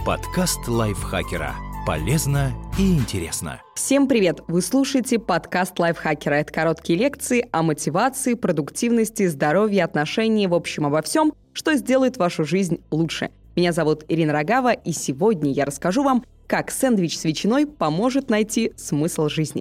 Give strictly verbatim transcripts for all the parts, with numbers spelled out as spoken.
Подкаст лайфхакера. Полезно и интересно. Всем привет! Вы слушаете подкаст лайфхакера. Это короткие лекции о мотивации, продуктивности, здоровье, отношении, в общем, обо всем, что сделает вашу жизнь лучше. Меня зовут Ирина Рогава, и сегодня я расскажу вам, как сэндвич с ветчиной поможет найти смысл жизни.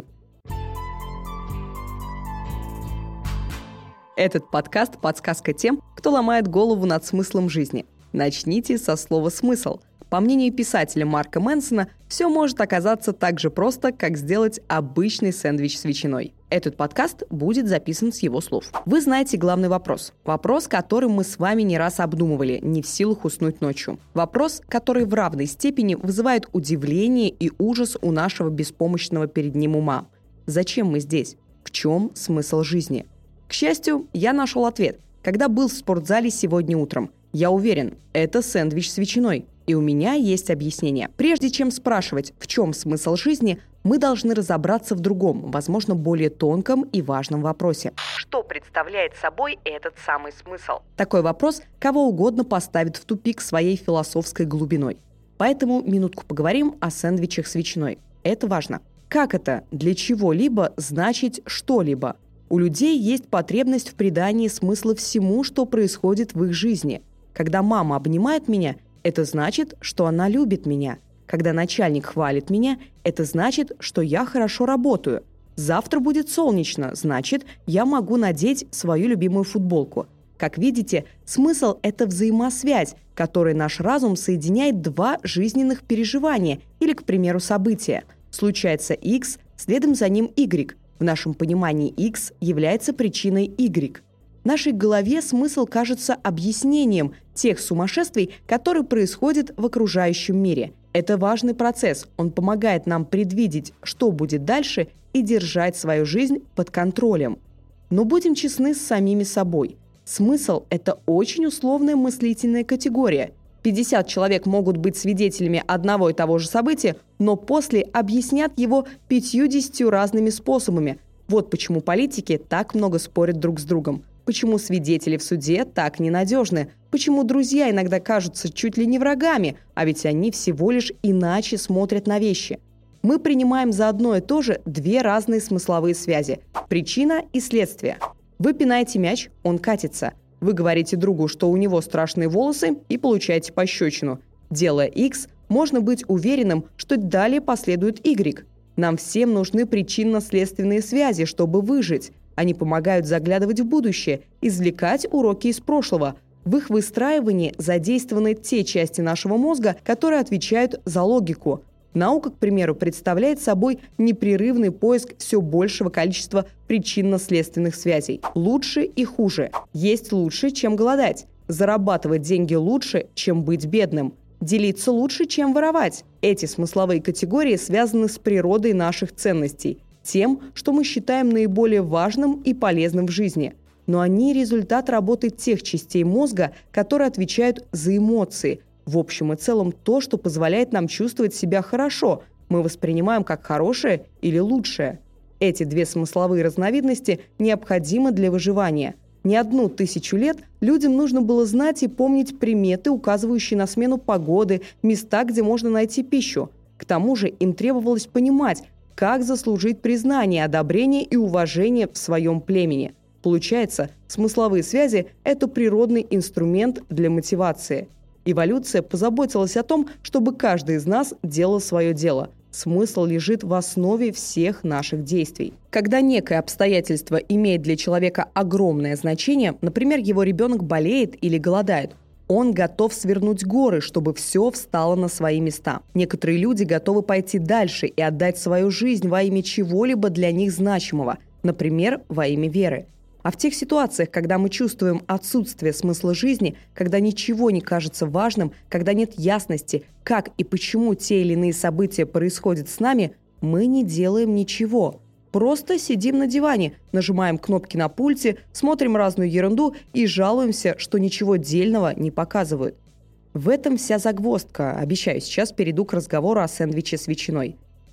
Этот подкаст – подсказка тем, кто ломает голову над смыслом жизни. Начните со слова «смысл». По мнению писателя Марка Мэнсона, все может оказаться так же просто, как сделать обычный сэндвич с ветчиной. Этот подкаст будет записан с его слов. Вы знаете главный вопрос. Вопрос, который мы с вами не раз обдумывали, не в силах уснуть ночью. Вопрос, который в равной степени вызывает удивление и ужас у нашего беспомощного перед ним ума. Зачем мы здесь? В чем смысл жизни? К счастью, я нашел ответ, когда был в спортзале сегодня утром. Я уверен, это сэндвич с ветчиной. И у меня есть объяснение. Прежде чем спрашивать, в чем смысл жизни, мы должны разобраться в другом, возможно, более тонком и важном вопросе. Что представляет собой этот самый смысл? Такой вопрос кого угодно поставит в тупик своей философской глубиной. Поэтому минутку поговорим о сэндвичах с ветчиной. Это важно. Как это для чего-либо значить что-либо? У людей есть потребность в придании смысла всему, что происходит в их жизни. Когда мама обнимает меня, это значит, что она любит меня. Когда начальник хвалит меня, это значит, что я хорошо работаю. Завтра будет солнечно, значит, я могу надеть свою любимую футболку. Как видите, смысл – это взаимосвязь, которой наш разум соединяет два жизненных переживания или, к примеру, события. Случается X, следом за ним Y. В нашем понимании X является причиной Y. В нашей голове смысл кажется объяснением тех сумасшествий, которые происходят в окружающем мире. Это важный процесс, он помогает нам предвидеть, что будет дальше, и держать свою жизнь под контролем. Но будем честны с самими собой. Смысл – это очень условная мыслительная категория. пятьдесят человек могут быть свидетелями одного и того же события, но после объяснят его пятьюдесятью разными способами. Вот почему политики так много спорят друг с другом. Почему свидетели в суде так ненадежны? Почему друзья иногда кажутся чуть ли не врагами, а ведь они всего лишь иначе смотрят на вещи? Мы принимаем за одно и то же две разные смысловые связи – причина и следствие. Вы пинаете мяч, он катится. Вы говорите другу, что у него страшные волосы, и получаете пощечину. Делая X, можно быть уверенным, что далее последует Y. Нам всем нужны причинно-следственные связи, чтобы выжить. Они помогают заглядывать в будущее, извлекать уроки из прошлого. В их выстраивании задействованы те части нашего мозга, которые отвечают за логику. Наука, к примеру, представляет собой непрерывный поиск все большего количества причинно-следственных связей. Лучше и хуже. Есть лучше, чем голодать. Зарабатывать деньги лучше, чем быть бедным. Делиться лучше, чем воровать. Эти смысловые категории связаны с природой наших ценностей. Тем, что мы считаем наиболее важным и полезным в жизни. Но они результат работы тех частей мозга, которые отвечают за эмоции. В общем и целом то, что позволяет нам чувствовать себя хорошо, мы воспринимаем как хорошее или лучшее. Эти две смысловые разновидности необходимы для выживания. Не одну тысячу лет людям нужно было знать и помнить приметы, указывающие на смену погоды, места, где можно найти пищу. К тому же им требовалось понимать, как заслужить признание, одобрение и уважение в своем племени. Получается, смысловые связи – это природный инструмент для мотивации. Эволюция позаботилась о том, чтобы каждый из нас делал свое дело. Смысл лежит в основе всех наших действий. Когда некое обстоятельство имеет для человека огромное значение, например, его ребенок болеет или голодает, он готов свернуть горы, чтобы все встало на свои места. Некоторые люди готовы пойти дальше и отдать свою жизнь во имя чего-либо для них значимого, например, во имя веры. А в тех ситуациях, когда мы чувствуем отсутствие смысла жизни, когда ничего не кажется важным, когда нет ясности, как и почему те или иные события происходят с нами, мы не делаем ничего. Просто сидим на диване, нажимаем кнопки на пульте, смотрим разную ерунду и жалуемся, что ничего дельного не показывают. В этом вся загвоздка. Обещаю, сейчас перейду к разговору о сэндвиче с ветчиной.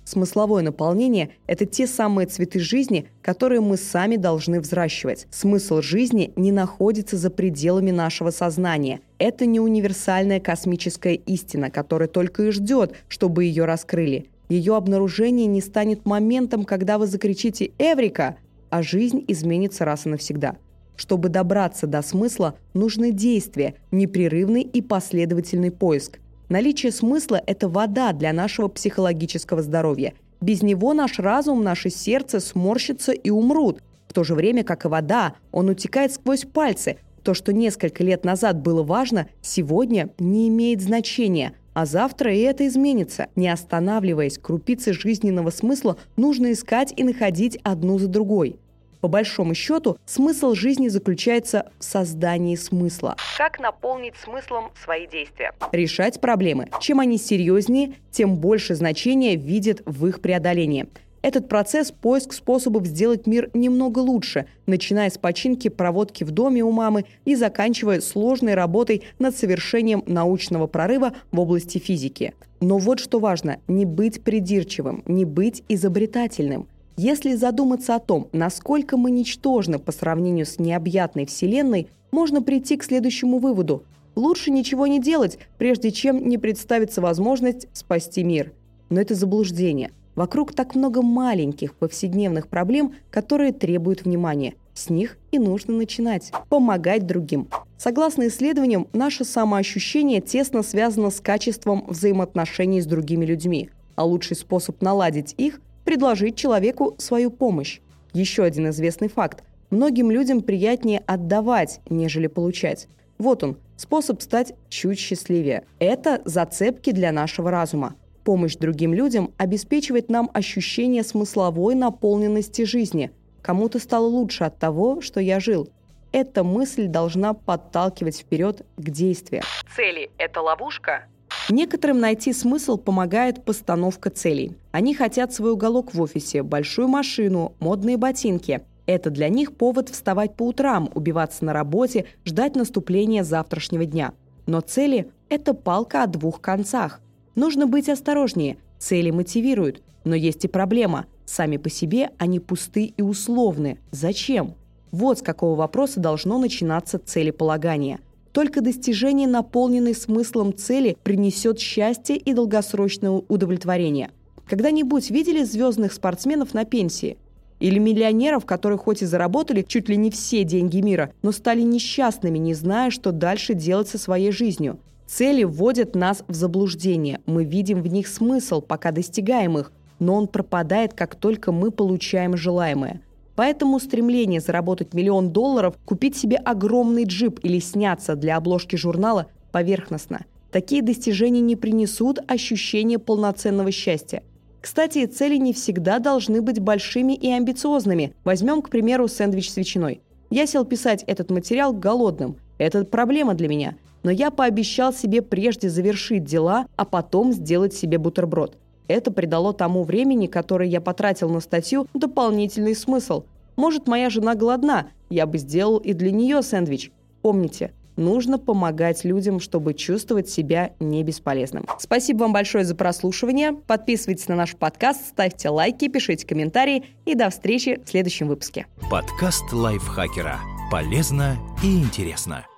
Смысловое наполнение – это те самые цветы жизни, которые мы сами должны взращивать. Смысл жизни не находится за пределами нашего сознания. Это не универсальная космическая истина, которая только и ждет, чтобы ее раскрыли. Ее обнаружение не станет моментом, когда вы закричите «Эврика!», а жизнь изменится раз и навсегда. Чтобы добраться до смысла, нужны действия, непрерывный и последовательный поиск. Наличие смысла – это вода для нашего психологического здоровья. Без него наш разум, наше сердце сморщатся и умрут. В то же время, как и вода, он утекает сквозь пальцы. То, что несколько лет назад было важно, сегодня не имеет значения, а завтра и это изменится. Не останавливаясь, крупицы жизненного смысла нужно искать и находить одну за другой. По большому счету, смысл жизни заключается в создании смысла. Как наполнить смыслом свои действия? Решать проблемы. Чем они серьезнее, тем больше значения видят в их преодолении. Этот процесс – поиск способов сделать мир немного лучше, начиная с починки проводки в доме у мамы и заканчивая сложной работой над совершением научного прорыва в области физики. Но вот что важно – не быть придирчивым, не быть изобретательным. Если задуматься о том, насколько мы ничтожны по сравнению с необъятной Вселенной, можно прийти к следующему выводу. Лучше ничего не делать, прежде чем не представится возможность спасти мир. Но это заблуждение. Вокруг так много маленьких повседневных проблем, которые требуют внимания. С них и нужно начинать. Помогать другим. Согласно исследованиям, наше самоощущение тесно связано с качеством взаимоотношений с другими людьми. А лучший способ наладить их – предложить человеку свою помощь. Еще один известный факт. Многим людям приятнее отдавать, нежели получать. Вот он, способ стать чуть счастливее. Это зацепки для нашего разума. Помощь другим людям обеспечивает нам ощущение смысловой наполненности жизни. Кому-то стало лучше от того, что я жил. Эта мысль должна подталкивать вперед к действию. Цели – это ловушка? Некоторым найти смысл помогает постановка целей. Они хотят свой уголок в офисе, большую машину, модные ботинки. Это для них повод вставать по утрам, убиваться на работе, ждать наступления завтрашнего дня. Но цели – это палка о двух концах. Нужно быть осторожнее. Цели мотивируют. Но есть и проблема. Сами по себе они пусты и условны. Зачем? Вот с какого вопроса должно начинаться целеполагание. Только достижение наполненной смыслом цели принесет счастье и долгосрочное удовлетворение. Когда-нибудь видели звездных спортсменов на пенсии? Или миллионеров, которые хоть и заработали чуть ли не все деньги мира, но стали несчастными, не зная, что дальше делать со своей жизнью? Цели вводят нас в заблуждение. Мы видим в них смысл, пока достигаем их, но он пропадает, как только мы получаем желаемое. Поэтому стремление заработать миллион долларов, купить себе огромный джип или сняться для обложки журнала поверхностно. Такие достижения не принесут ощущения полноценного счастья. Кстати, цели не всегда должны быть большими и амбициозными. Возьмем, к примеру, сэндвич с ветчиной. Я сел писать этот материал голодным. Это проблема для меня. Но я пообещал себе прежде завершить дела, а потом сделать себе бутерброд. Это придало тому времени, которое я потратил на статью, дополнительный смысл. Может, моя жена голодна, я бы сделал и для нее сэндвич. Помните, нужно помогать людям, чтобы чувствовать себя не бесполезным. Спасибо вам большое за прослушивание. Подписывайтесь на наш подкаст, ставьте лайки, пишите комментарии и до встречи в следующем выпуске. Подкаст лайфхакера. Полезно и интересно.